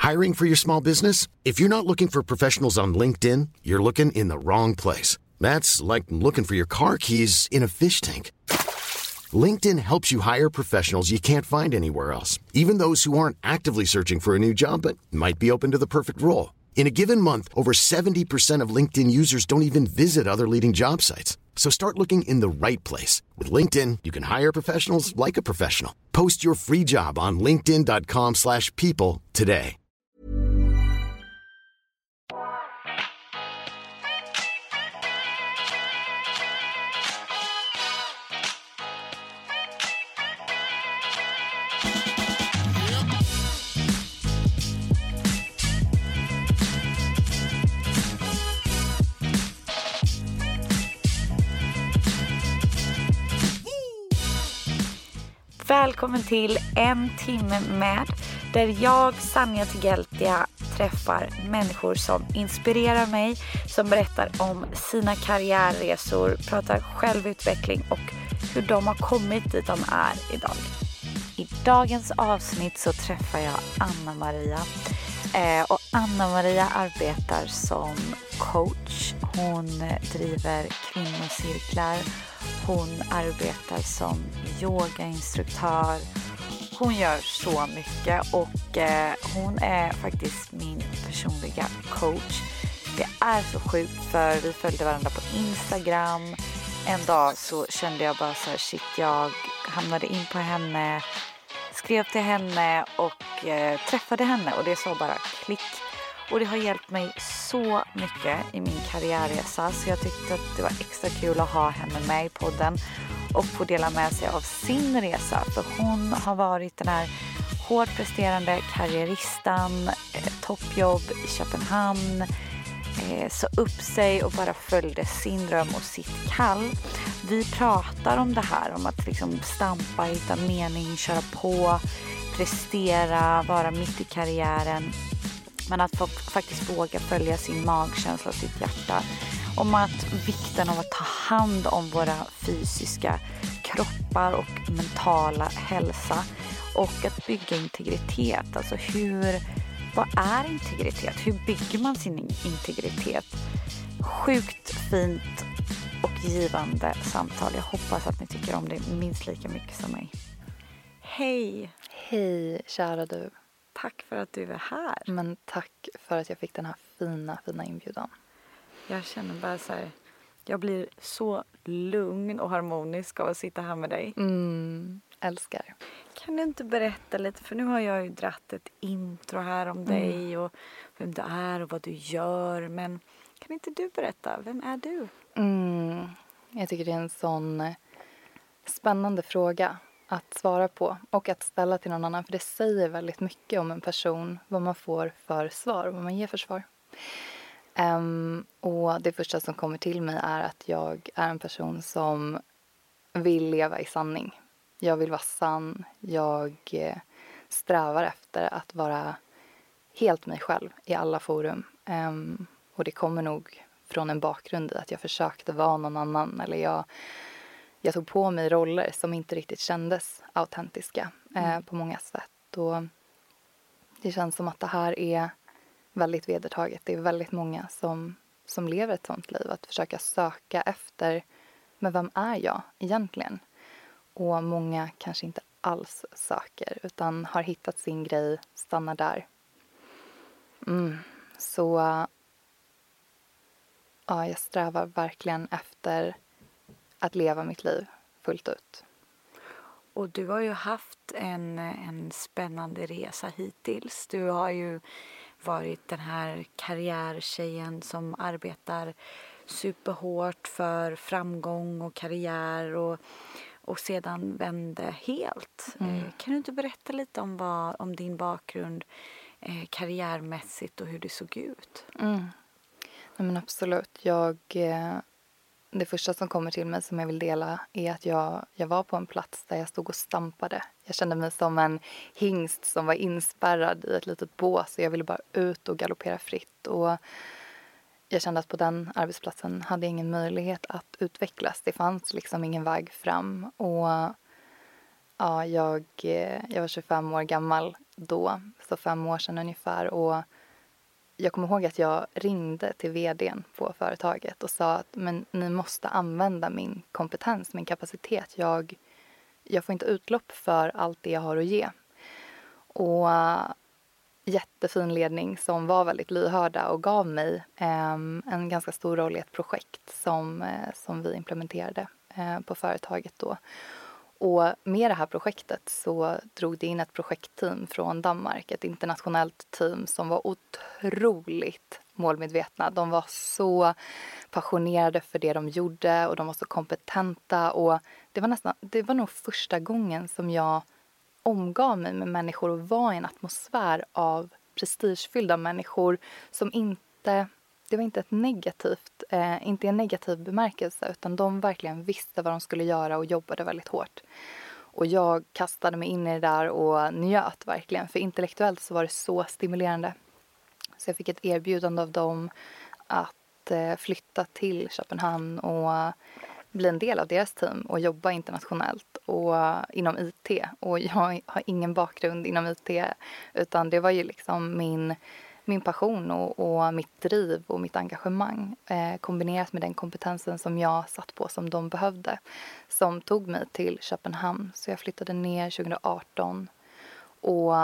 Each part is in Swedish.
Hiring for your small business? If you're not looking for professionals on LinkedIn, you're looking in the wrong place. That's like looking for your car keys in a fish tank. LinkedIn helps you hire professionals you can't find anywhere else, even those who aren't actively searching for a new job but might be open to the perfect role. In a given month, over 70% of LinkedIn users don't even visit other leading job sites. So start looking in the right place. With LinkedIn, you can hire professionals like a professional. Post your free job on linkedin.com/people today. Välkommen till En timme med, där jag, Sanja Tigeltia, träffar människor som inspirerar mig, som berättar om sina karriärresor, pratar självutveckling och hur de har kommit dit de är idag. I dagens avsnitt så träffar jag Anna-Maria. Och Anna-Maria arbetar som coach. Hon driver kvinnocirklar. Hon arbetar som yogainstruktör. Hon gör så mycket och hon är faktiskt min personliga coach. Det är så sjukt, för vi följde varandra på Instagram. En dag så kände jag bara så här, shit, jag hamnade in på henne, skrev till henne och träffade henne, och det så bara klick. Och det har hjälpt mig så mycket i min karriärresa, så jag tyckte att det var extra kul att ha henne med i podden och få dela med sig av sin resa. För hon har varit den här hårdpresterande karriäristan, toppjobb i Köpenhamn, så upp sig och bara följde sin dröm och sitt kall. Vi pratar om det här, om att liksom stampa, hitta mening, köra på, prestera, vara mitt i karriären. Men att faktiskt våga följa sin magkänsla och sitt hjärta. Om att vikten av att ta hand om våra fysiska kroppar och mentala hälsa. Och att bygga integritet. Alltså vad är integritet? Hur bygger man sin integritet? Sjukt fint och givande samtal. Jag hoppas att ni tycker om det minst lika mycket som mig. Hej! Hej, kära du. Tack för att du är här. Men tack för att jag fick den här fina inbjudan. Jag känner bara så här, jag blir så lugn och harmonisk av att sitta här med dig. Älskar. Kan du inte berätta lite, för nu har jag ju dratt ett intro här om dig och vem du är och vad du gör. Men kan inte du berätta, vem är du? Jag tycker det är en sån spännande fråga att svara på och att ställa till någon annan. För det säger väldigt mycket om en person, vad man får för svar och vad man ger för svar. Och det första som kommer till mig är att jag är en person som vill leva i sanning. Jag vill vara sann. Jag strävar efter att vara helt mig själv i alla forum. Och det kommer nog från en bakgrund i att jag försökte vara någon annan. Eller jag tog på mig roller som inte riktigt kändes autentiska på många sätt. Och det känns som att det här är väldigt vedertaget. Det är väldigt många som lever ett sånt liv. Att försöka söka efter, men vem är jag egentligen? Och många kanske inte alls söker, utan har hittat sin grej, stannar där. Så ja, jag strävar verkligen efter att leva mitt liv fullt ut. Och du har ju haft en spännande resa hittills. Du har ju varit den här karriärtjejen som arbetar superhårt för framgång och karriär och sedan vände helt. Kan du inte berätta lite om din bakgrund karriärmässigt och hur det såg ut? Nej, men absolut. Det första som kommer till mig som jag vill dela är att jag var på en plats där jag stod och stampade. Jag kände mig som en hingst som var inspärrad i ett litet bås. Och jag ville bara ut och galoppera fritt. Och jag kände att på den arbetsplatsen hade jag ingen möjlighet att utvecklas. Det fanns liksom ingen väg fram. Och Ja, jag var 25 år gammal då, så 5 år sedan ungefär. Och jag kommer ihåg att jag ringde till vdn på företaget och sa att men ni måste använda min kompetens, min kapacitet. Jag får inte utlopp för allt det jag har att ge. Och jättefin ledning som var väldigt lyhörda och gav mig en ganska stor roll i ett projekt som vi implementerade på företaget då. Och med det här projektet så drog det in ett projektteam från Danmark, ett internationellt team som var otroligt målmedvetna. De var så passionerade för det de gjorde och de var så kompetenta. Och det var nog första gången som jag omgav mig med människor och var i en atmosfär av prestigefyllda människor som inte, det var inte ett negativt, inte en negativ bemärkelse, utan de verkligen visste vad de skulle göra och jobbade väldigt hårt. Och jag kastade mig in i det där och njöt verkligen, för intellektuellt så var det så stimulerande. Så jag fick ett erbjudande av dem att flytta till Köpenhamn och bli en del av deras team och jobba internationellt och inom IT. Och jag har ingen bakgrund inom IT, utan det var ju liksom min passion och mitt driv och mitt engagemang kombinerat med den kompetensen som jag satt på, som de behövde, som tog mig till Köpenhamn. Så jag flyttade ner 2018 och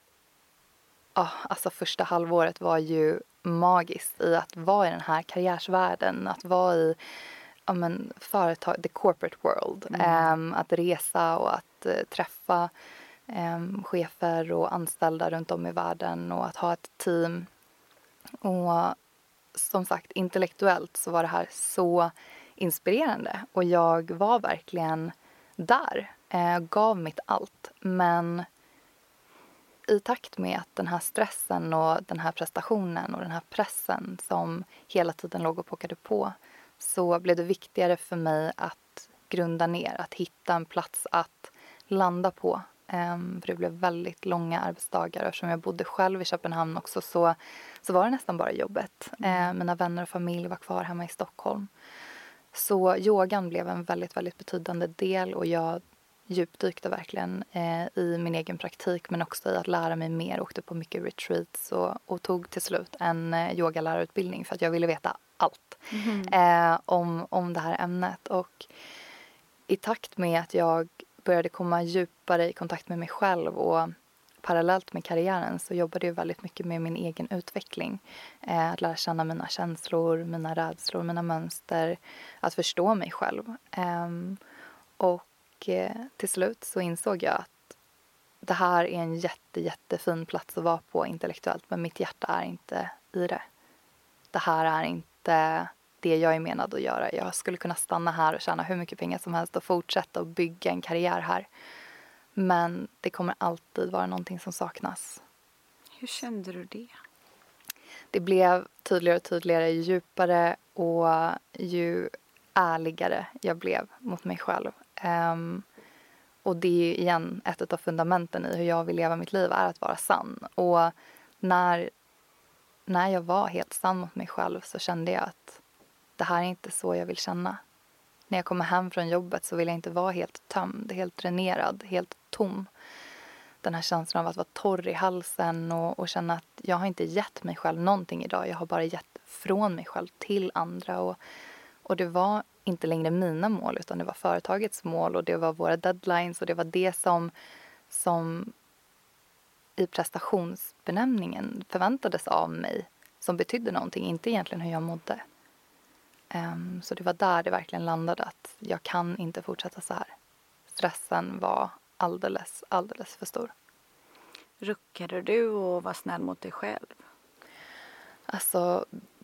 alltså första halvåret var ju magiskt i att vara i den här karriärsvärlden, att vara i företag, the corporate world. Att resa och att träffa chefer och anställda runt om i världen och att ha ett team. Och som sagt, intellektuellt så var det här så inspirerande. Och jag var verkligen där, gav mitt allt. Men i takt med att den här stressen och den här prestationen och den här pressen som hela tiden låg och pockade på, så blev det viktigare för mig att grunda ner, att hitta en plats att landa på. För det blev väldigt långa arbetsdagar. Eftersom jag bodde själv i Köpenhamn också så var det nästan bara jobbet. Mina vänner och familj var kvar hemma i Stockholm. Så yogan blev en väldigt, väldigt betydande del och jag djupdykte verkligen i min egen praktik, men också i att lära mig mer. Åkte på mycket retreats och tog till slut en yogalärarutbildning för att jag ville veta allt om det här ämnet. Och i takt med att jag började komma djupare i kontakt med mig själv och parallellt med karriären så jobbade jag väldigt mycket med min egen utveckling. Att lära känna mina känslor, mina rädslor, mina mönster. Att förstå mig själv. Och till slut så insåg jag att det här är en jättefin plats att vara på intellektuellt, men mitt hjärta är inte i det. Det här är inte det jag är menad att göra. Jag skulle kunna stanna här och tjäna hur mycket pengar som helst och fortsätta och bygga en karriär här. Men det kommer alltid vara någonting som saknas. Hur kände du det? Det blev tydligare och tydligare, ju djupare och ju ärligare jag blev mot mig själv. Och det är ju igen ett av fundamenten i hur jag vill leva mitt liv, är att vara sann. Och när jag var helt sann mot mig själv så kände jag att det här är inte så jag vill känna. När jag kommer hem från jobbet så vill jag inte vara helt tömd, helt dränerad, helt tom. Den här känslan av att vara torr i halsen och känna att jag har inte gett mig själv någonting idag. Jag har bara gett från mig själv till andra. Och det var inte längre mina mål, utan det var företagets mål och det var våra deadlines och det var det som i prestationsbenämningen förväntades av mig, som betydde någonting, inte egentligen hur jag mådde. Så det var där det verkligen landade, att jag kan inte fortsätta så här. Stressen var alldeles för stor. Ruckade du och var snäll mot dig själv? Alltså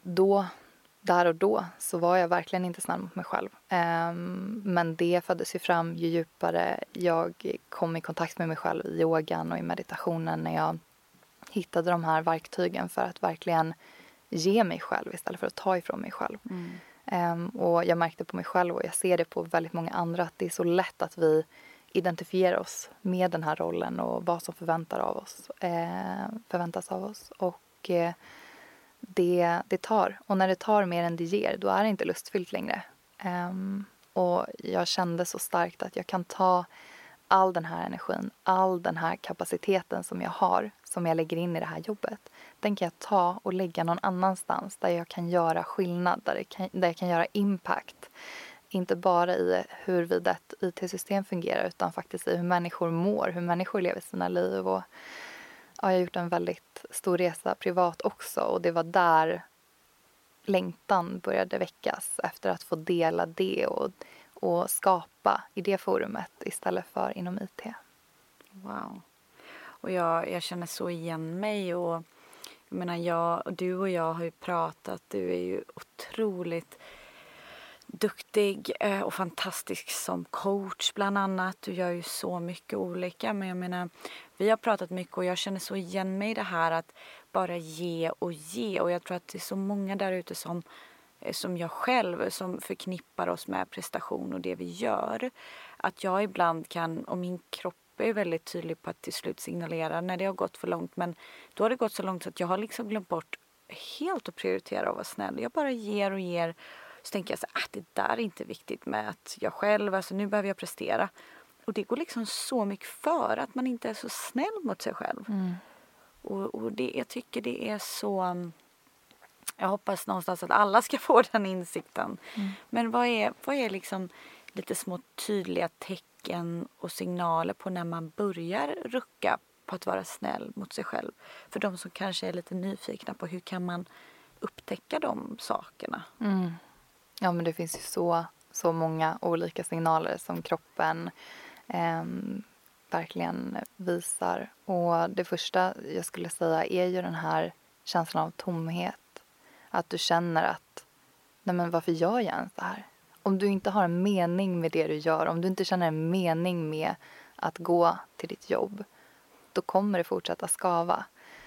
där och då så var jag verkligen inte snäll mot mig själv. Men det föddes ju fram ju djupare jag kom i kontakt med mig själv i yogan och i meditationen, när jag hittade de här verktygen för att verkligen ge mig själv istället för att ta ifrån mig själv. Och jag märkte på mig själv och jag ser det på väldigt många andra att det är så lätt att vi identifierar oss med den här rollen och vad som förväntas av oss. Och det tar. Och när det tar mer än det ger, då är det inte lustfyllt längre. Och jag kände så starkt att jag kan ta all den här energin, all den här kapaciteten som jag har, som jag lägger in i det här jobbet, den kan jag ta och lägga någon annanstans där jag kan göra skillnad, där jag kan göra impact. Inte bara i huruvida ett IT-system fungerar, utan faktiskt i hur människor mår, hur människor lever sina liv. Och jag har gjort en väldigt stor resa privat också, och det var där längtan började väckas efter att få dela det och skapa i det forumet istället för inom IT. Wow. Och jag känner så igen mig, och jag menar, du och jag har ju pratat, du är ju otroligt duktig och fantastisk som coach bland annat. Du gör ju så mycket olika, men jag menar, vi har pratat mycket och jag känner så igen mig i det här att bara ge och ge, och jag tror att det är så många där ute som jag själv som förknippar oss med prestation och det vi gör, att jag ibland kan, och min kropp är väldigt tydlig på att till slut signalera när det har gått för långt, men då har det gått så långt så att jag har liksom glömt bort helt att prioritera och vara snäll. Jag bara ger och ger. Så tänker jag så att det där är inte viktigt med att jag själv, alltså nu behöver jag prestera. Och det går liksom så mycket för att man inte är så snäll mot sig själv. Mm. Och det, jag tycker det är så, jag hoppas någonstans att alla ska få den insikten. Mm. Men vad är liksom lite små tydliga tecken och signaler på när man börjar rucka på att vara snäll mot sig själv? För de som kanske är lite nyfikna på hur kan man upptäcka de sakerna? Mm. Ja, men det finns ju så många olika signaler som kroppen verkligen visar. Och det första jag skulle säga är ju den här känslan av tomhet. Att du känner att, nej men varför gör jag ens det här? Om du inte har en mening med det du gör, om du inte känner en mening med att gå till ditt jobb, då kommer det fortsätta skava.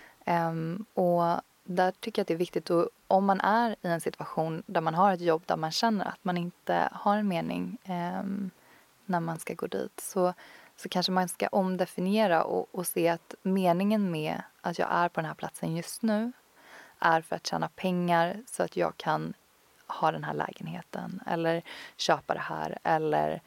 Och där tycker jag att det är viktigt, och om man är i en situation där man har ett jobb där man känner att man inte har en mening när man ska gå dit, så kanske man ska omdefiniera och se att meningen med att jag är på den här platsen just nu är för att tjäna pengar så att jag kan ha den här lägenheten eller köpa det här eller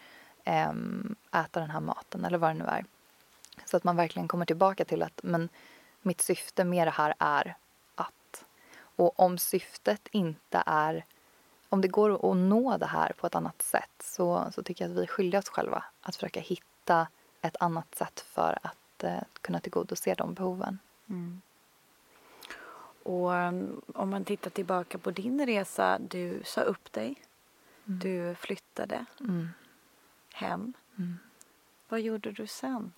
äta den här maten eller vad det nu är. Så att man verkligen kommer tillbaka till att men mitt syfte med det här är att. Och om syftet inte är, om det går att nå det här på ett annat sätt, så tycker jag att vi är skyldiga oss själva att försöka hitta ett annat sätt för att kunna tillgodose de behoven. Mm. Och om man tittar tillbaka på din resa, du sa upp dig, du flyttade hem. Mm. Vad gjorde du sen?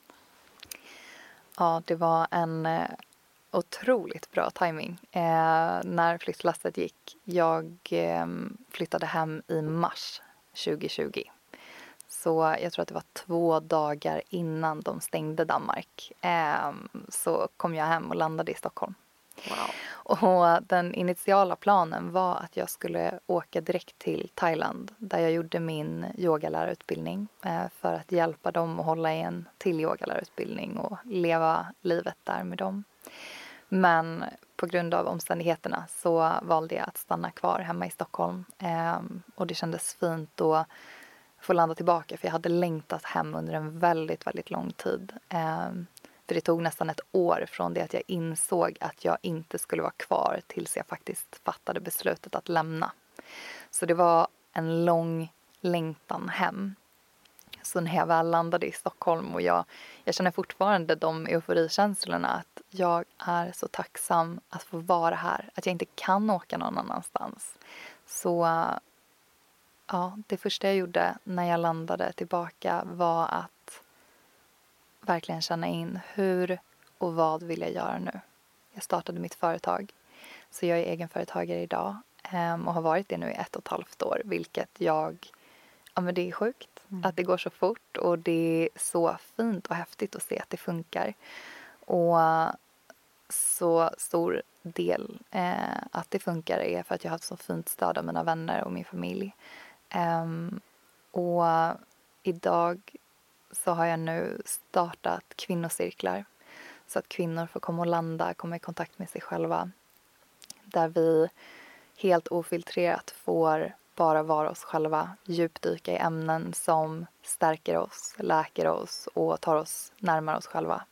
Ja, det var en otroligt bra timing när flyttlasset gick. Jag flyttade hem i mars 2020. Så jag tror att det var 2 dagar innan de stängde Danmark. Så kom jag hem och landade i Stockholm. Wow. Och den initiala planen var att jag skulle åka direkt till Thailand där jag gjorde min yogalärarutbildning för att hjälpa dem att hålla i en till yogalärarutbildning och leva livet där med dem. Men på grund av omständigheterna så valde jag att stanna kvar hemma i Stockholm och det kändes fint att få landa tillbaka, för jag hade längtat hem under en väldigt, väldigt lång tid. För det tog nästan 1 år från det att jag insåg att jag inte skulle vara kvar tills jag faktiskt fattade beslutet att lämna. Så det var en lång längtan hem. Så när jag väl landade i Stockholm och jag känner fortfarande de euforikänslorna att jag är så tacksam att få vara här. Att jag inte kan åka någon annanstans. Så ja, det första jag gjorde när jag landade tillbaka var att verkligen känna in hur och vad vill jag göra nu. Jag startade mitt företag. Så jag är egenföretagare idag och har varit det nu i 1,5 år. Vilket men det är sjukt att det går så fort, och det är så fint och häftigt att se att det funkar. Och så stor del att det funkar är för att jag har haft så fint stöd av mina vänner och min familj. Och idag så har jag nu startat kvinnocirklar så att kvinnor får komma och landa, komma i kontakt med sig själva. Där vi helt ofiltrerat får bara vara oss själva, djupdyka i ämnen som stärker oss, läker oss och tar oss närmare oss själva.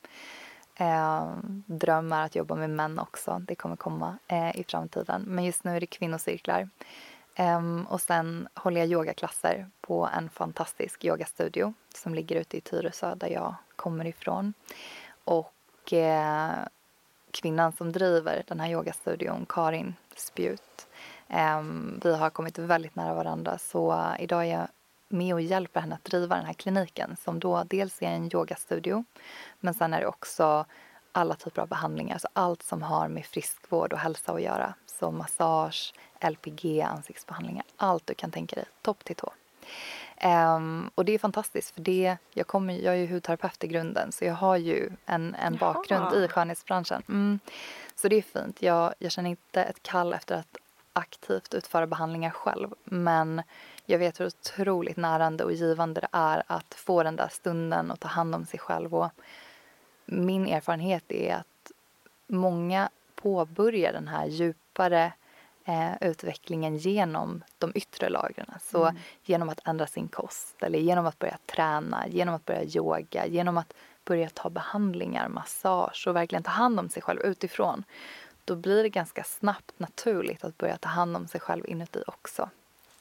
Dröm är att jobba med män också, det kommer komma i framtiden. Men just nu är det kvinnocirklar. Och sen håller jag yogaklasser på en fantastisk yogastudio som ligger ute i Tyresö där jag kommer ifrån. Och kvinnan som driver den här yogastudion, Karin Spjut, vi har kommit väldigt nära varandra, så idag är jag med och hjälper henne att driva den här kliniken som då dels är en yogastudio, men sen är det också alla typer av behandlingar, så allt som har med friskvård och hälsa att göra, så massage, LPG, ansiktsbehandlingar, allt du kan tänka dig, topp till tå. Och det är fantastiskt för jag är ju hudterapeut i grunden, så jag har ju en bakgrund i skönhetsbranschen. Så det är fint. Jag känner inte ett kall efter att aktivt utföra behandlingar själv, men jag vet hur otroligt närande och givande det är att få den där stunden och ta hand om sig själv. Och min erfarenhet är att många påbörjar den här djupare utvecklingen genom de yttre lagren. Så genom att ändra sin kost, eller genom att börja träna, genom att börja yoga, genom att börja ta behandlingar, massage och verkligen ta hand om sig själv utifrån. Då blir det ganska snabbt naturligt att börja ta hand om sig själv inuti också.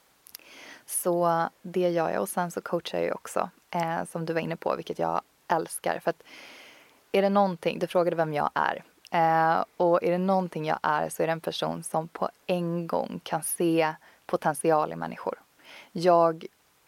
Så det gör jag, och sen så coachar jag också, som du var inne på, vilket jag älskar. För att är det någonting, du frågade vem jag är. Och är det någonting jag är, så är det en person som på en gång kan se potential i människor. Jag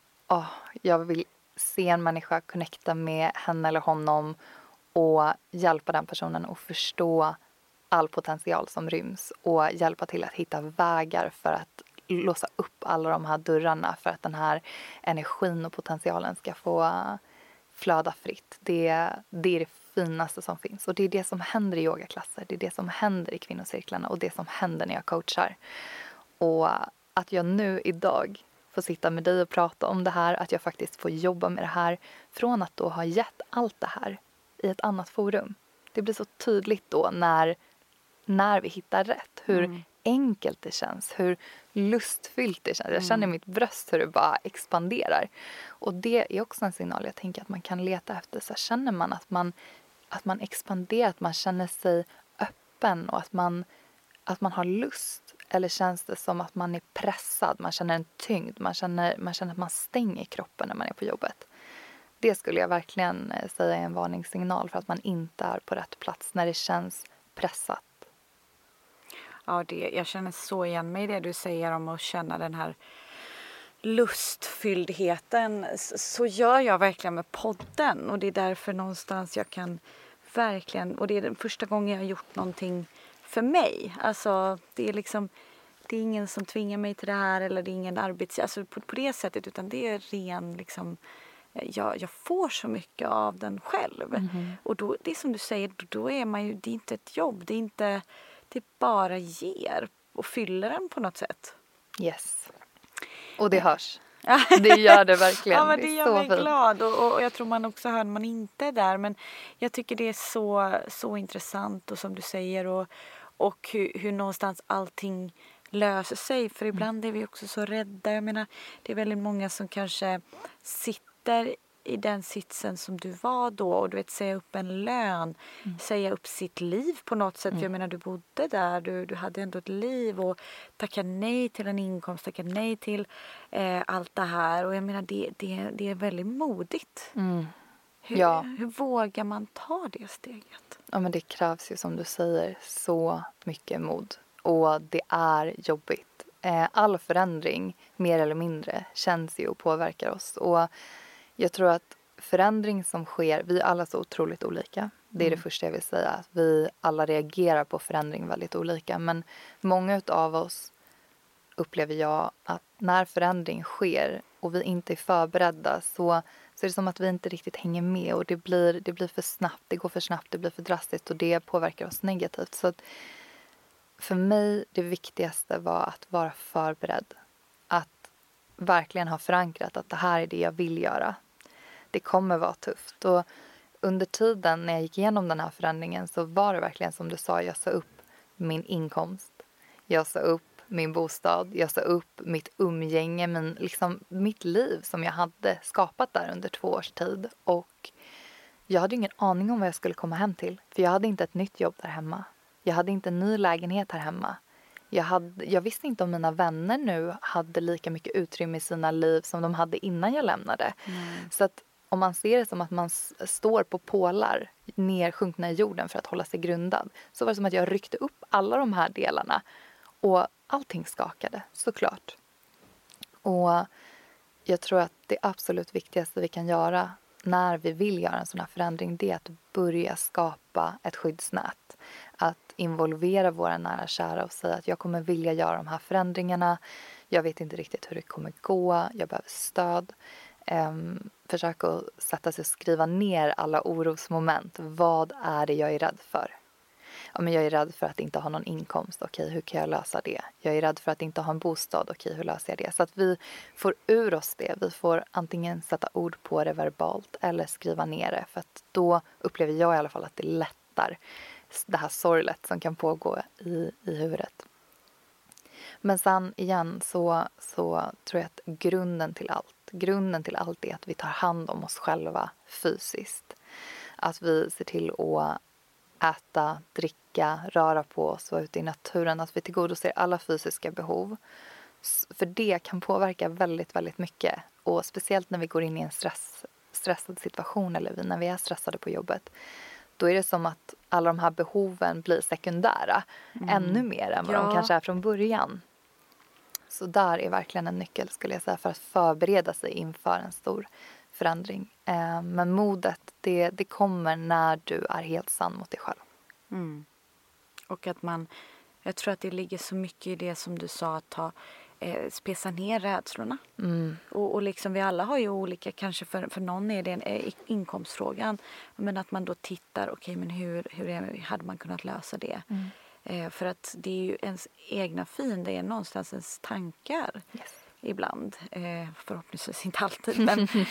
vill se en människa connecta med henne eller honom och hjälpa den personen att förstå all potential som ryms och hjälpa till att hitta vägar för att låsa upp alla de här dörrarna för att den här energin och potentialen ska få flöda fritt. Det är det finaste som finns, och det är det som händer i yogaklasser, det är det som händer i kvinnocirklarna och det som händer när jag coachar. Och att jag nu idag får sitta med dig och prata om det här, att jag faktiskt får jobba med det här från att då ha gett allt det här i ett annat forum. Det blir så tydligt då när vi hittar rätt, hur enkelt det känns, hur lustfyllt det känns. Jag känner i mitt bröst hur det bara expanderar. Och det är också en signal jag tänker att man kan leta efter. Så känner man att man expanderar, att man känner sig öppen och att man har lust. Eller känns det som att man är pressad, man känner en tyngd, man känner att man stänger kroppen när man är på jobbet. Det skulle jag verkligen säga är en varningssignal för att man inte är på rätt plats när det känns pressat. Ja, jag känner så igen mig i det du säger om att känna den här lustfylldheten. Så gör jag verkligen med podden, och det är därför någonstans jag kan verkligen, och det är den första gången jag har gjort någonting för mig. Alltså det är ingen som tvingar mig till det här, eller det är ingen alltså på det sättet, utan det är ren jag får så mycket av den själv. Och då, det är som du säger, då är man ju, det är inte ett jobb, det bara ger och fyller den på något sätt. Yes. Och det hörs. Det gör det verkligen. Ja, men det gör mig glad. Och jag tror man också hör när man inte är där. Men jag tycker det är så intressant, och som du säger. Och hur någonstans allting löser sig. För ibland är vi också så rädda. Jag menar, det är väldigt många som kanske sitter i den sitsen som du var då, och du vet, säga upp en lön, säga upp sitt liv på något sätt. För jag menar, du bodde där, du hade ändå ett liv, och tacka nej till en inkomst, tacka nej till allt det här. Och jag menar, det är väldigt modigt. Hur vågar man ta det steget? Ja, men det krävs ju, som du säger, så mycket mod, och det är jobbigt. All förändring, mer eller mindre, känns ju och påverkar oss. Och jag tror att förändring som sker, vi är alla så otroligt olika. Det är det första jag vill säga. Att vi alla reagerar på förändring väldigt olika. Men många av oss upplever jag att när förändring sker och vi inte är förberedda, så är det som att vi inte riktigt hänger med. Och det blir för snabbt, det går för snabbt, det blir för drastiskt, och det påverkar oss negativt. Så att för mig, det viktigaste var att vara förberedd. Att verkligen ha förankrat att det här är det jag vill göra. Det kommer vara tufft. Och under tiden när jag gick igenom den här förändringen, så var det verkligen som du sa, jag sa upp min inkomst. Jag sa upp min bostad, jag sa upp mitt umgänge, men liksom mitt liv som jag hade skapat där under 2 års tid. Och jag hade ingen aning om vad jag skulle komma hem till. För jag hade inte ett nytt jobb där hemma. Jag hade inte en ny lägenhet här hemma. Jag visste inte om mina vänner nu hade lika mycket utrymme i sina liv som de hade innan jag lämnade. Så att om man ser det som att man står på pålar nersjunkna i jorden för att hålla sig grundad, så var det som att jag ryckte upp alla de här delarna och allting skakade, såklart. Och jag tror att det absolut viktigaste vi kan göra när vi vill göra en sån här förändring, det är att börja skapa ett skyddsnät. Att involvera våra nära kära och säga att jag kommer vilja göra de här förändringarna. Jag vet inte riktigt hur det kommer gå. Jag behöver stöd. Försöka att sätta sig och skriva ner alla orosmoment. Vad är det jag är rädd för? Ja, men jag är rädd för att inte ha någon inkomst. Okej, hur kan jag lösa det? Jag är rädd för att inte ha en bostad. Okej, hur löser jag det? Så att vi får ur oss det. Vi får antingen sätta ord på det verbalt eller skriva ner det. För att då upplever jag i alla fall att det lättar det här sorglet som kan pågå i huvudet. Men sen igen så tror jag att grunden till allt är att vi tar hand om oss själva fysiskt. Att vi ser till att äta, dricka, röra på oss, vara ute i naturen. Att vi tillgodoser alla fysiska behov. För det kan påverka väldigt, väldigt mycket. Och speciellt när vi går in i en stressad situation eller när vi är stressade på jobbet. Då är det som att alla de här behoven blir sekundära. Ännu mer än vad de kanske är från början. Så där är verkligen en nyckel, skulle jag säga, för att förbereda sig inför en stor förändring. Men modet, det kommer när du är helt sann mot dig själv. Och att jag tror att det ligger så mycket i det som du sa, att spesa ner rädslorna. Och liksom vi alla har ju olika, kanske för någon är det en inkomstfrågan, men att man då tittar, okej, men hur hade man kunnat lösa det? För att det är ju ens egna fiende, är någonstans ens tankar. Ibland, förhoppningsvis inte alltid,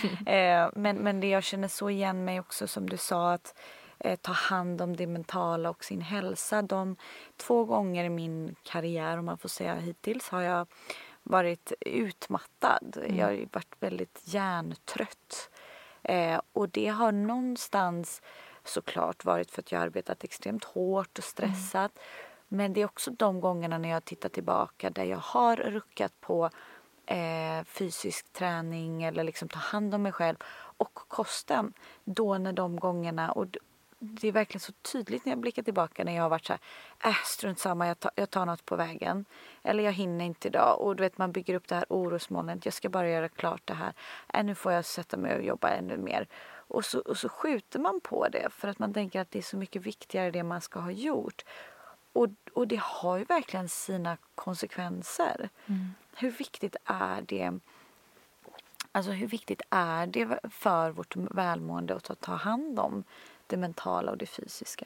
men det jag känner så igen mig också, som du sa, att ta hand om det mentala och sin hälsa. De 2 gånger i min karriär, om man får säga hittills, har jag varit utmattad. Jag har varit väldigt hjärntrött. Och det har någonstans såklart varit för att jag har arbetat extremt hårt och stressat. Men det är också de gångerna när jag tittar tillbaka där jag har ruckat på fysisk träning eller liksom ta hand om mig själv och kosten. Då när de gångerna, och det är verkligen så tydligt när jag blickar tillbaka, när jag har varit så här, strunt samma, jag tar något på vägen. Eller jag hinner inte idag. Och du vet, man bygger upp det här orosmolnet. Jag ska bara göra klart det här. Nu får jag sätta mig och jobba ännu mer. Och så skjuter man på det för att man tänker att det är så mycket viktigare det man ska ha gjort. Och det har ju verkligen sina konsekvenser. Hur viktigt är det? Alltså hur viktigt är det för vårt välmående att ta hand om det mentala och det fysiska?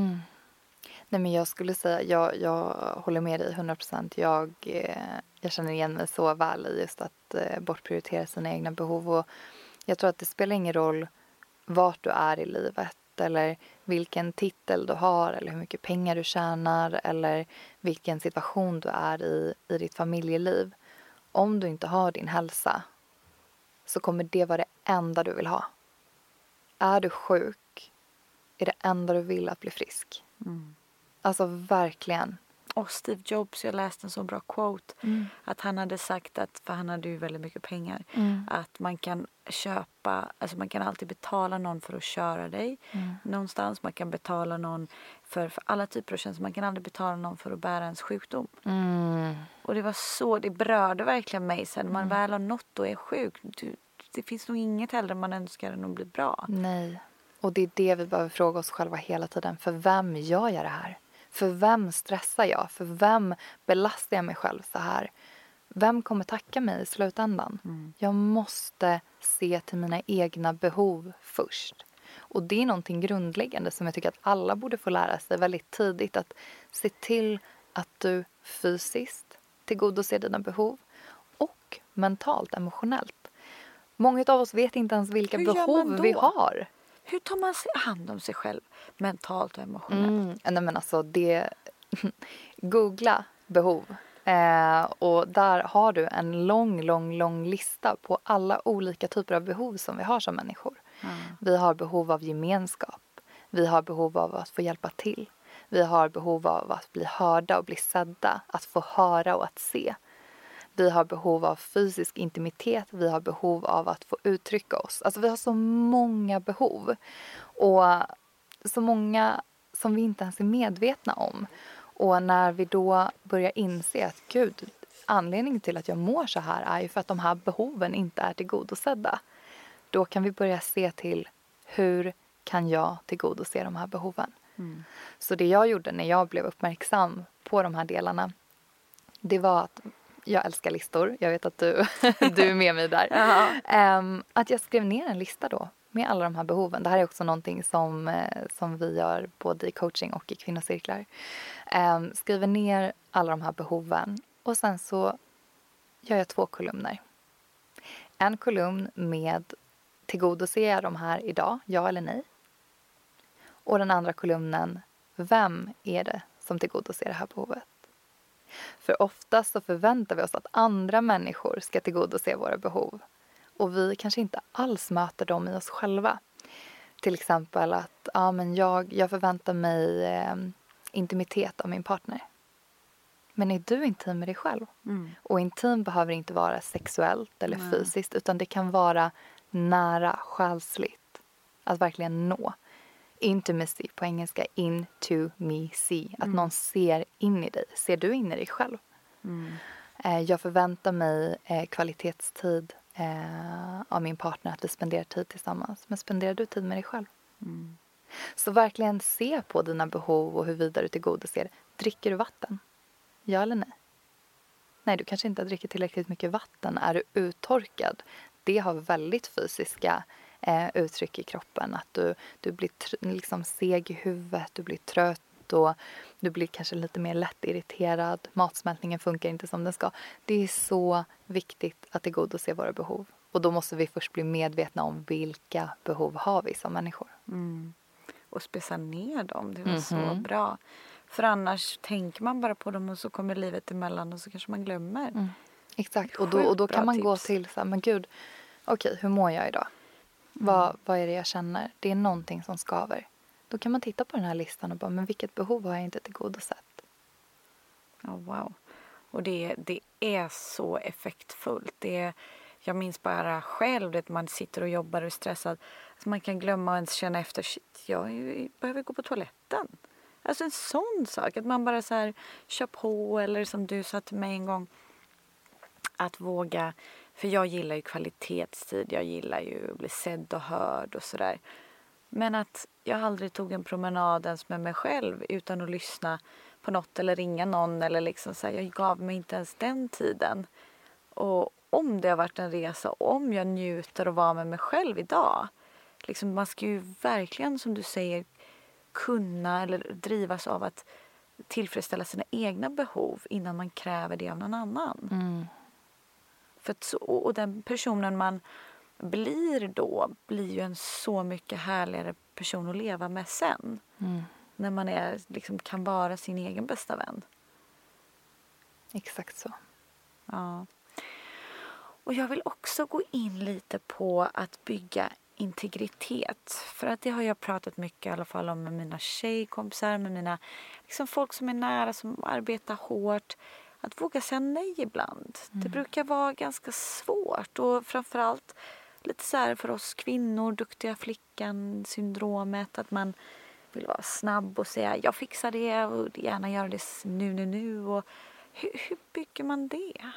Nej, men jag skulle säga, jag håller med dig 100%. Jag känner igen mig så väl i just att bortprioritera sina egna behov. Och jag tror att det spelar ingen roll vart du är i livet eller vilken titel du har eller hur mycket pengar du tjänar eller vilken situation du är i ditt familjeliv. Om du inte har din hälsa så kommer det vara det enda du vill ha. Är du sjuk är det enda du vill att bli frisk. Alltså verkligen. Och Steve Jobs, jag läste en så bra quote. Att han hade sagt att, för han hade ju väldigt mycket pengar. Att man kan köpa, alltså man kan alltid betala någon för att köra dig någonstans. Man kan betala någon för alla typer av tjänster. Man kan aldrig betala någon för att bära ens sjukdom. Och det var så, det berörde verkligen mig sen. När man väl har nått och är sjuk. Det finns nog inget hellre man önskar än att bli bra. Nej. Och det är det vi behöver fråga oss själva hela tiden. För vem gör jag det här? För vem stressar jag? För vem belastar jag mig själv så här? Vem kommer tacka mig i slutändan? Jag måste se till mina egna behov först. Och det är någonting grundläggande som jag tycker att alla borde få lära sig väldigt tidigt. Att se till att du fysiskt tillgodoser dina behov. Och mentalt, emotionellt. Många av oss vet inte ens vilka behov vi har. Hur tar man sig hand om sig själv mentalt och emotionellt? Nej, men alltså googla behov. Och där har du en lång lista på alla olika typer av behov som vi har som människor. Vi har behov av gemenskap. Vi har behov av att få hjälpa till. Vi har behov av att bli hörda och bli sedda. Att få höra och att se. Vi har behov av fysisk intimitet. Vi har behov av att få uttrycka oss. Alltså vi har så många behov. Och så många som vi inte ens är medvetna om. Och när vi då börjar inse att gud, anledningen till att jag mår så här är ju för att de här behoven inte är tillgodosedda. Då kan vi börja se till hur kan jag tillgodose de här behoven. Så det jag gjorde när jag blev uppmärksam på de här delarna, det var att jag älskar listor. Jag vet att du är med mig där. Att jag skrev ner en lista då med alla de här behoven. Det här är också någonting som vi gör både i coaching och i kvinnocirklar. Skriver ner alla de här behoven och sen så gör jag 2 kolumner. En kolumn med tillgodoser jag de här idag, ja eller nej. Och den andra kolumnen, vem är det som tillgodoser det här behovet? För oftast så förväntar vi oss att andra människor ska tillgodose våra behov. Och vi kanske inte alls möter dem i oss själva. Till exempel att jag förväntar mig intimitet av min partner. Men är du intim med dig själv? Och intim behöver inte vara sexuellt eller fysiskt. Utan det kan vara nära, själsligt. Att verkligen nå. Intimacy, på engelska into me see. Att någon ser in i dig. Ser du in i dig själv? Jag förväntar mig kvalitetstid av min partner, att vi spenderar tid tillsammans. Men spenderar du tid med dig själv? Så verkligen se på dina behov och hur vidare du tillgodoser. Dricker du vatten? Ja eller nej? Nej, du kanske inte dricker tillräckligt mycket vatten. Är du uttorkad? Det har väldigt fysiska uttryck i kroppen. Att du blir liksom seg i huvudet, du blir trött och du blir kanske lite mer lätt irriterad. Matsmältningen funkar inte som den ska. Det är så viktigt att tillgodose våra behov. Och då måste vi först bli medvetna om vilka behov har vi som människor. Och spesa ner dem, det var så bra. För annars tänker man bara på dem och så kommer livet emellan och så kanske man glömmer. Exakt, och då kan man tips. Gå till så här, men gud, okej, hur mår jag idag? Vad är det jag känner? Det är någonting som skaver. Då kan man titta på den här listan och bara, men vilket behov har jag inte tillgodosett? Wow. Och det är så effektfullt. Jag minns bara själv att man sitter och jobbar och är stressad. Så man kan glömma och ens känna efter, shit, jag behöver gå på toaletten. Alltså en sån sak. Att man bara så här kör på, eller som du sa till mig en gång, att våga. För jag gillar ju kvalitetstid. Jag gillar ju att bli sedd och hörd och sådär. Men att jag aldrig tog en promenad ens med mig själv utan att lyssna på något eller ringa någon. Eller liksom så här, jag gav mig inte ens den tiden. Och om det har varit en resa, om jag njuter och vara med mig själv idag. Liksom man ska ju verkligen, som du säger, kunna eller drivas av att tillfredsställa sina egna behov innan man kräver det av någon annan. För att, och den personen man blir då blir ju en så mycket härligare person att leva med sen. När man liksom kan vara sin egen bästa vän. Exakt så. Ja. Och jag vill också gå in lite på att bygga integritet. För att det har jag pratat mycket i alla fall om med mina tjejkompisar, med mina liksom folk som är nära, som arbetar hårt. Att våga säga nej ibland. Det brukar vara ganska svårt. Och framförallt lite så här för oss kvinnor, duktiga flickan-syndromet. Att man vill vara snabb och säga jag fixar det och gärna göra det nu. Och hur bygger man det?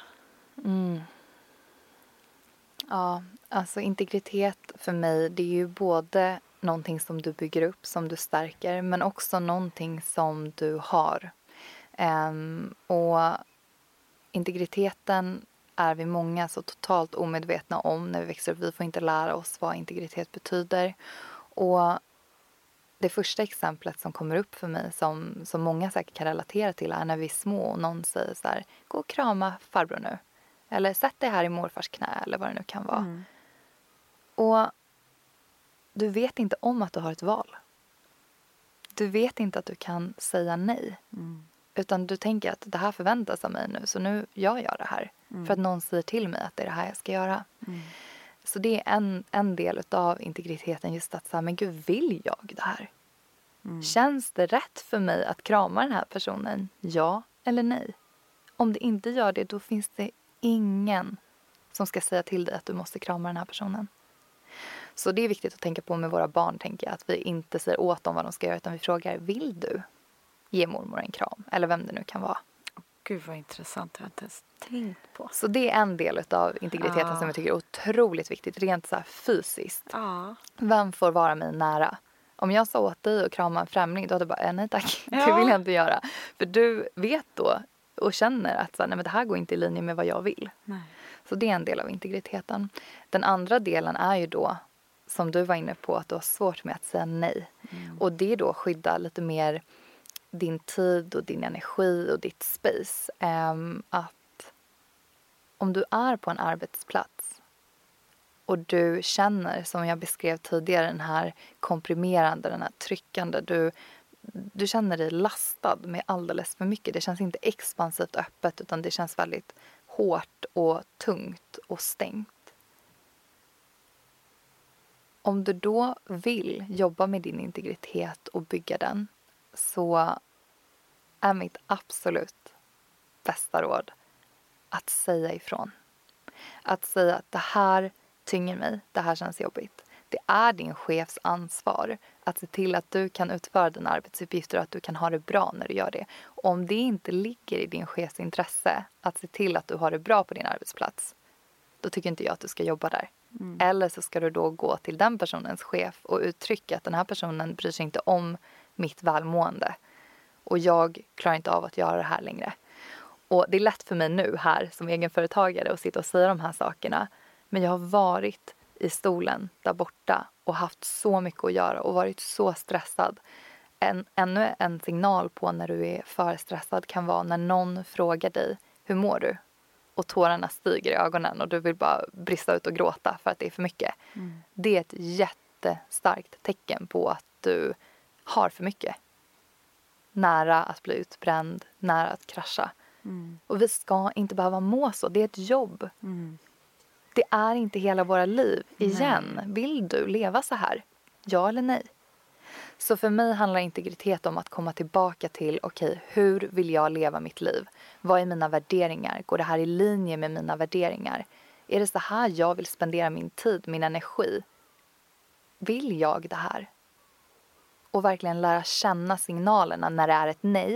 Ja, alltså integritet för mig, det är ju både någonting som du bygger upp, som du stärker, men också någonting som du har. Och integriteten är vi många så totalt omedvetna om när vi växer upp. Vi får inte lära oss vad integritet betyder. Och det första exemplet som kommer upp för mig, som många säkert kan relatera till, är när vi är små och någon säger så här, gå och krama farbror nu. Eller sätt dig här i morfars knä, eller vad det nu kan vara. Och du vet inte om att du har ett val. Du vet inte att du kan säga nej. Utan du tänker att det här förväntas av mig nu. Så nu gör jag det här. För att någon säger till mig att det är det här jag ska göra. Så det är en del av integriteten. Just att så här, men gud, vill jag det här? Känns det rätt för mig att krama den här personen? Ja eller nej? Om det inte gör det, då finns det ingen som ska säga till dig att du måste krama den här personen. Så det är viktigt att tänka på med våra barn, tänker jag. Att vi inte säger åt dem vad de ska göra, utan vi frågar, vill du ge mormor en kram? Eller vem det nu kan vara. Gud vad intressant, jag har inte ens tänkt på. Så det är en del av integriteten som jag tycker är otroligt viktigt, rent så här fysiskt. Vem får vara mig nära? Om jag sa åt dig och krama en främling, då hade du bara, nej tack, det vill jag inte göra. För du vet då och känner att så här, nej, men det här går inte i linje med vad jag vill. Nej. Så det är en del av integriteten. Den andra delen är ju då, som du var inne på, att du har svårt med att säga nej. Och det är då att skydda lite mer din tid och din energi och ditt space. Att om du är på en arbetsplats och du känner, som jag beskrev tidigare, den här komprimerande, den här tryckande, du känner dig lastad med alldeles för mycket. Det känns inte expansivt öppet, utan det känns väldigt hårt och tungt och stängt. Om du då vill jobba med din integritet och bygga den, så är mitt absolut bästa råd att säga ifrån. Att säga att det här tynger mig, det här känns jobbigt. Det är din chefs ansvar att se till att du kan utföra dina arbetsuppgifter och att du kan ha det bra när du gör det. Och om det inte ligger i din chefs intresse att se till att du har det bra på din arbetsplats, då tycker inte jag att du ska jobba där. Eller så ska du då gå till den personens chef och uttrycka att den här personen bryr sig inte om mitt välmående. Och jag klarar inte av att göra det här längre. Och det är lätt för mig nu här som egenföretagare att sitta och säga de här sakerna. Men jag har varit i stolen där borta och haft så mycket att göra och varit så stressad. Ännu en signal på när du är för stressad kan vara när någon frågar dig, hur mår du? Och tårarna stiger i ögonen och du vill bara brista ut och gråta för att det är för mycket. Det är ett jättestarkt tecken på att du har för mycket. Nära att bli utbränd, nära att krascha. Och vi ska inte behöva må så. Det är ett jobb. Det är inte hela våra liv. Igen, nej. Vill du leva så här? Ja eller nej? Så för mig handlar integritet om att komma tillbaka till, okej, hur vill jag leva mitt liv? Vad är mina värderingar? Går det här i linje med mina värderingar? Är det så här jag vill spendera min tid, min energi? Vill jag det här? Och verkligen lära känna signalerna när det är ett nej.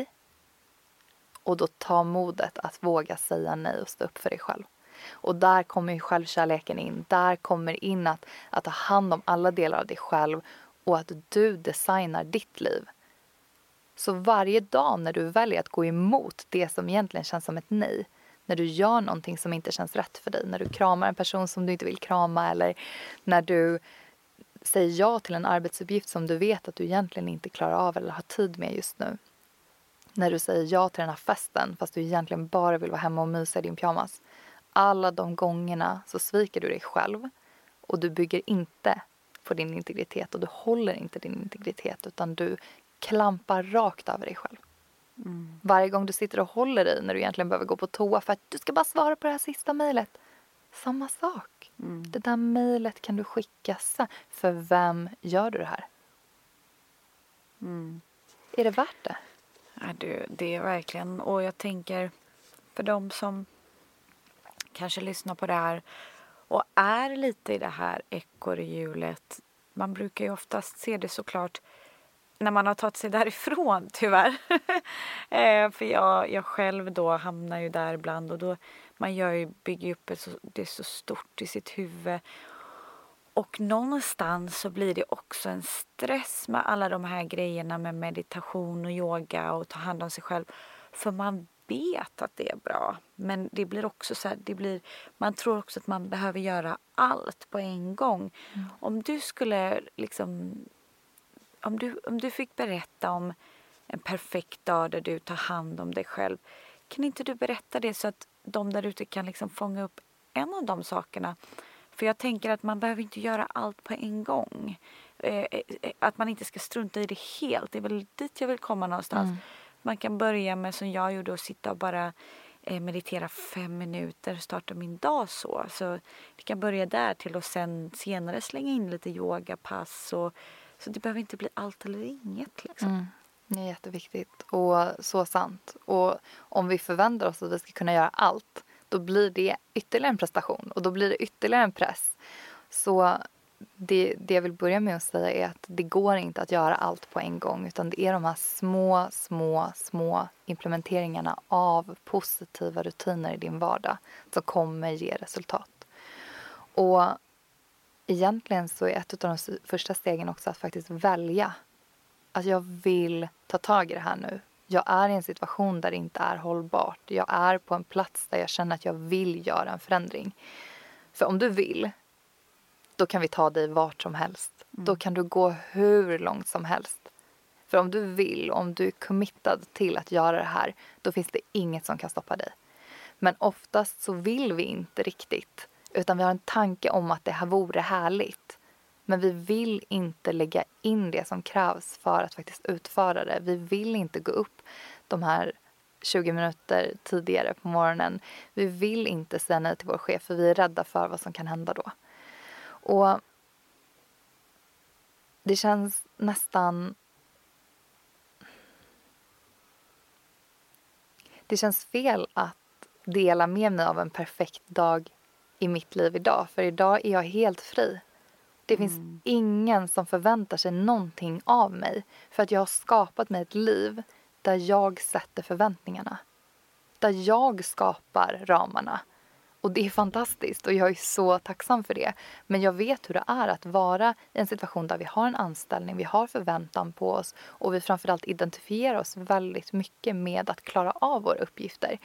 Och då ta modet att våga säga nej och stå upp för dig själv. Och där kommer ju självkärleken in. Där kommer in att ta hand om alla delar av dig själv. Och att du designar ditt liv. Så varje dag när du väljer att gå emot det som egentligen känns som ett nej. När du gör någonting som inte känns rätt för dig. När du kramar en person som du inte vill krama. Eller när du säger ja till en arbetsuppgift som du vet att du egentligen inte klarar av eller har tid med just nu. När du säger ja till den här festen fast du egentligen bara vill vara hemma och mysa i din pyjamas. Alla de gångerna så sviker du dig själv. Och du bygger inte på din integritet. Och du håller inte din integritet. Utan du klampar rakt över dig själv. Varje gång du sitter och håller dig när du egentligen behöver gå på toa för att du ska bara svara på det här sista mejlet. Samma sak. Det där mejlet kan du skicka sen. För vem gör du det här? Är det värt det? Ja, det är verkligen. Och jag tänker för de som kanske lyssnar på det här och är lite i det här ekorrhjulet. Man brukar ju oftast se det såklart när man har tagit sig därifrån, tyvärr. För jag själv då hamnar ju där ibland och då bygger upp det så stort i sitt huvud. Och någonstans så blir det också en stress med alla de här grejerna med meditation och yoga och ta hand om sig själv. För man vet att det är bra. Men det blir också så här, man tror också att man behöver göra allt på en gång. Om du skulle liksom, om du fick berätta om en perfekt dag där du tar hand om dig själv. Kan inte du berätta det så att de där ute kan liksom fånga upp en av de sakerna? För jag tänker att man behöver inte göra allt på en gång. Att man inte ska strunta i det helt. Det är väl dit jag vill komma någonstans. Man kan börja med, som jag gjorde, att sitta och bara meditera 5 minuter, starta min dag så. Så vi kan börja där till och sen senare slänga in lite yogapass. Så det behöver inte bli allt eller inget liksom. Det är jätteviktigt och så sant. Och om vi förväntar oss att vi ska kunna göra allt, då blir det ytterligare en prestation och då blir det ytterligare en press. Så det jag vill börja med att säga är att det går inte att göra allt på en gång, utan det är de här små implementeringarna av positiva rutiner i din vardag som kommer ge resultat. Och egentligen så är ett av de första stegen också att faktiskt välja att jag vill ta tag i det här nu. Jag är i en situation där det inte är hållbart. Jag är på en plats där jag känner att jag vill göra en förändring. För om du vill, då kan vi ta dig vart som helst. Då kan du gå hur långt som helst. För om du vill, om du är committad till att göra det här, då finns det inget som kan stoppa dig. Men oftast så vill vi inte riktigt. Utan vi har en tanke om att det här vore härligt. Men vi vill inte lägga in det som krävs för att faktiskt utföra det. Vi vill inte gå upp de här 20 minuter tidigare på morgonen. Vi vill inte säga nej till vår chef för vi är rädda för vad som kan hända då. Och det känns nästan... Det känns fel att dela med mig av en perfekt dag i mitt liv idag. För idag är jag helt fri. Det finns ingen som förväntar sig någonting av mig. För att jag har skapat mig ett liv där jag sätter förväntningarna. Där jag skapar ramarna. Och det är fantastiskt och jag är så tacksam för det. Men jag vet hur det är att vara i en situation där vi har en anställning, vi har förväntan på oss och vi framförallt identifierar oss väldigt mycket med att klara av våra uppgifter.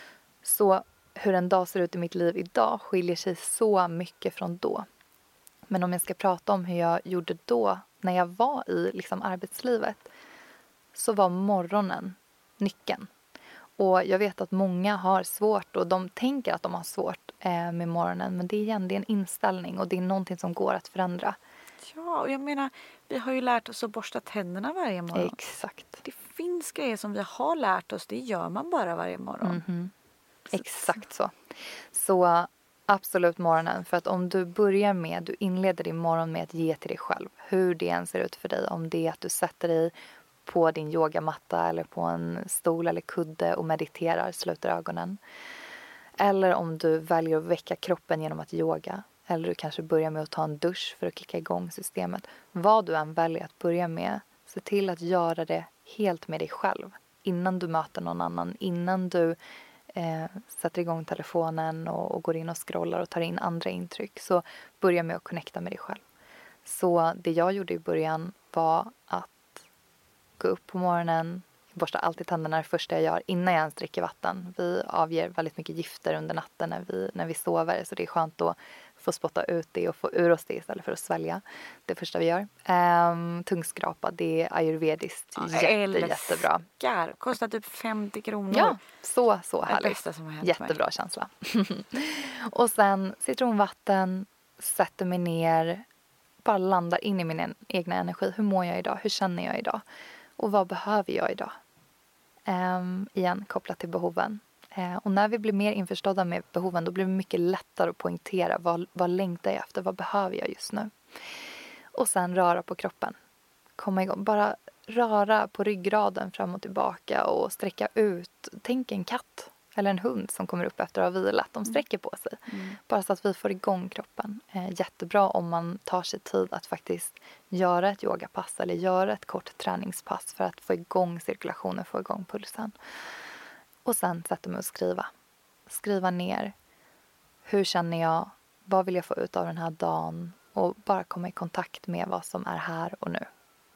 Så hur en dag ser ut i mitt liv idag skiljer sig så mycket från då. Men om jag ska prata om hur jag gjorde då när jag var i arbetslivet så var morgonen nyckeln. Och jag vet att många har svårt och de tänker att de har svårt med morgonen. Men det är en inställning och det är någonting som går att förändra. Ja, och jag menar, vi har ju lärt oss att borsta tänderna varje morgon. Exakt. Det finns grejer som vi har lärt oss, det gör man bara varje morgon. Mm-hmm. Exakt så. Så absolut morgonen. För att om du börjar med, du inleder din morgon med att ge till dig själv. Hur det än ser ut för dig. Om det är att du sätter dig på din yogamatta eller på en stol eller kudde och mediterar, sluter ögonen. Eller om du väljer att väcka kroppen genom att yoga. Eller du kanske börjar med att ta en dusch för att kicka igång systemet. Vad du än väljer att börja med, se till att göra det helt med dig själv. Innan du möter någon annan, innan du sätter igång telefonen och går in och scrollar och tar in andra intryck. Så börja med att connecta med dig själv. Så det jag gjorde i början var att gå upp på morgonen, borsta alltid tänderna det första jag gör innan jag ens dricker vatten. Vi avger väldigt mycket gifter under natten när vi sover så det är skönt att få spotta ut det och få ur oss det istället för att svälja. Det första vi gör. Tungskrapa, det är ayurvediskt. Jättebra. Kostar typ 50 kronor. Ja, så härligt. Det bästa som har hänt jättebra mig. Känsla. Och sen citronvatten, sätter mig ner, bara landar in i min egna energi. Hur mår jag idag? Hur känner jag idag? Och vad behöver jag idag? Igen, kopplat till behoven. Och när vi blir mer införstådda med behoven då blir det mycket lättare att poängtera vad längtar jag efter, vad behöver jag just nu. Och sen röra på kroppen. Komma igång, bara röra på ryggraden fram och tillbaka och sträcka ut. Tänk en katt eller en hund som kommer upp efter att ha vilat. De sträcker på sig. Bara så att vi får igång kroppen. Jättebra om man tar sig tid att faktiskt göra ett yogapass eller göra ett kort träningspass för att få igång cirkulationen, få igång pulsen. Och sen sätta mig och skriva. Skriva ner. Hur känner jag? Vad vill jag få ut av den här dagen? Och bara komma i kontakt med vad som är här och nu.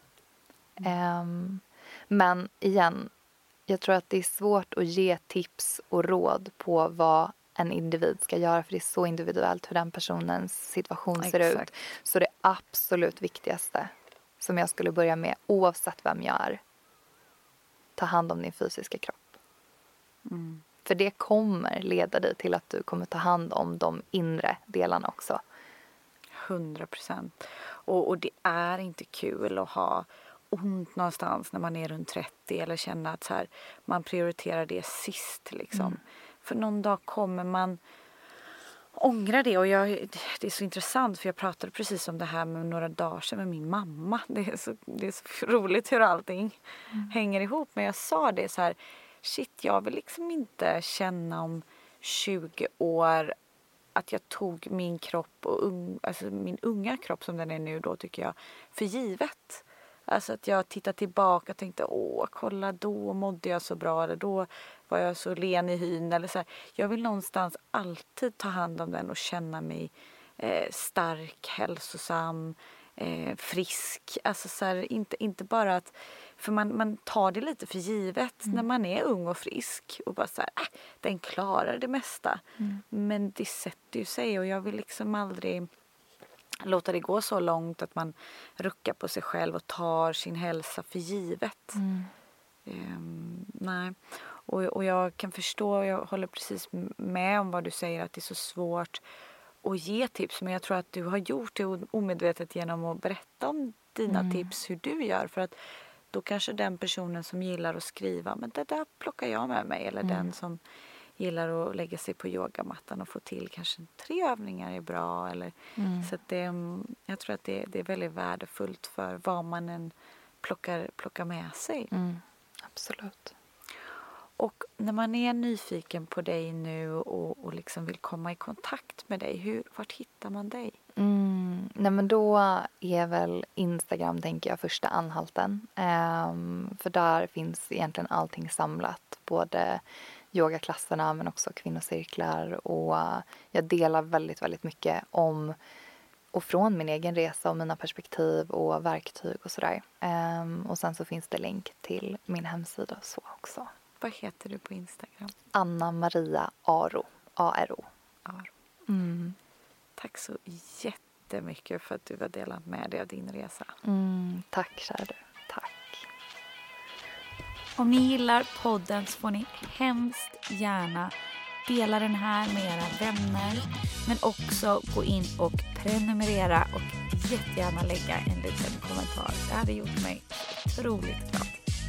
Men igen, jag tror att det är svårt att ge tips och råd på vad en individ ska göra. För det är så individuellt hur den personens situation ser ut. Så det absolut viktigaste som jag skulle börja med, oavsett vem jag är. Ta hand om din fysiska kropp. För det kommer leda dig till att du kommer ta hand om de inre delarna också. 100%. Och det är inte kul att ha ont någonstans när man är runt 30 eller känner att så här, man prioriterar det sist liksom. För någon dag kommer man ångra det, och det är så intressant för jag pratade precis om det här med några dagar sedan med min mamma. Det är så roligt hur allting hänger ihop, men jag sa det så här, shit, jag vill liksom inte känna om 20 år att jag tog min kropp och alltså min unga kropp som den är nu då, tycker jag, för givet. Alltså att jag tittar tillbaka och tänkte, kolla, då mådde jag så bra, eller då var jag så len i hyn, eller så här. Jag vill någonstans alltid ta hand om den och känna mig stark, hälsosam, frisk. Alltså så här, inte bara att, för man tar det lite för givet när man är ung och frisk och bara så här, den klarar det mesta. Men det sätter ju sig, och jag vill liksom aldrig låta det gå så långt att man ruckar på sig själv och tar sin hälsa för givet. Nej. Och jag kan förstå, jag håller precis med om vad du säger, att det är så svårt att ge tips. Men jag tror att du har gjort det omedvetet genom att berätta om dina tips, hur du gör. För att då kanske den personen som gillar att skriva, men det där plockar jag med mig. Eller den som gillar att lägga sig på yogamattan och få till kanske 3 övningar är bra. Eller, så att jag tror att det är väldigt värdefullt för vad man än plockar med sig. Absolut. Och när man är nyfiken på dig nu och liksom vill komma i kontakt med dig, vart hittar man dig? Nej, men då är väl Instagram, tänker jag, första anhalten. För där finns egentligen allting samlat. Både yogaklasserna men också kvinnocirklar. Och jag delar väldigt, väldigt mycket om och från min egen resa och mina perspektiv och verktyg och sådär. Och sen så finns det länk till min hemsida och så också. Vad heter du på Instagram? Anna Maria Aro. A-R-O. Tack så jättemycket för att du har delat med dig av din resa. Tack, kära du. Tack. Om ni gillar podden så får ni hemskt gärna dela den här med era vänner. Men också gå in och prenumerera och jättegärna lägga en liten kommentar. Det hade gjort mig otroligt glad.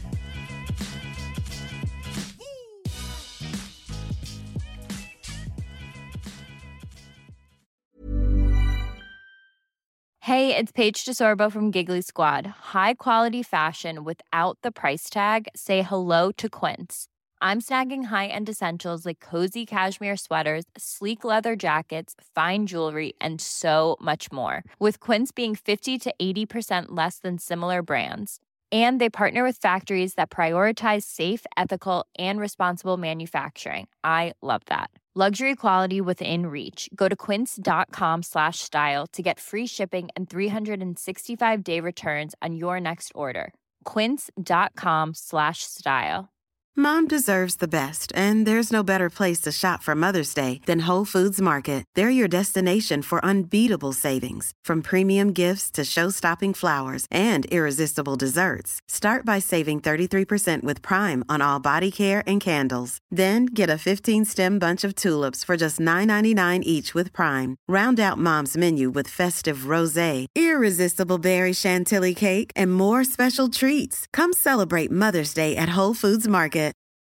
Hey, it's Paige DeSorbo from Giggly Squad. High quality fashion without the price tag. Say hello to Quince. I'm snagging high-end essentials like cozy cashmere sweaters, sleek leather jackets, fine jewelry, and so much more. With Quince being 50 to 80% less than similar brands. And they partner with factories that prioritize safe, ethical, and responsible manufacturing. I love that. Luxury quality within reach. Go to quince.com/style to get free shipping and 365-day returns on your next order. Quince.com/style. Mom deserves the best, and there's no better place to shop for Mother's Day than Whole Foods Market. They're your destination for unbeatable savings, from premium gifts to show-stopping flowers and irresistible desserts. Start by saving 33% with Prime on all body care and candles. Then get a 15-stem bunch of tulips for just $9.99 each with Prime. Round out Mom's menu with festive rosé, irresistible berry chantilly cake, and more special treats. Come celebrate Mother's Day at Whole Foods Market.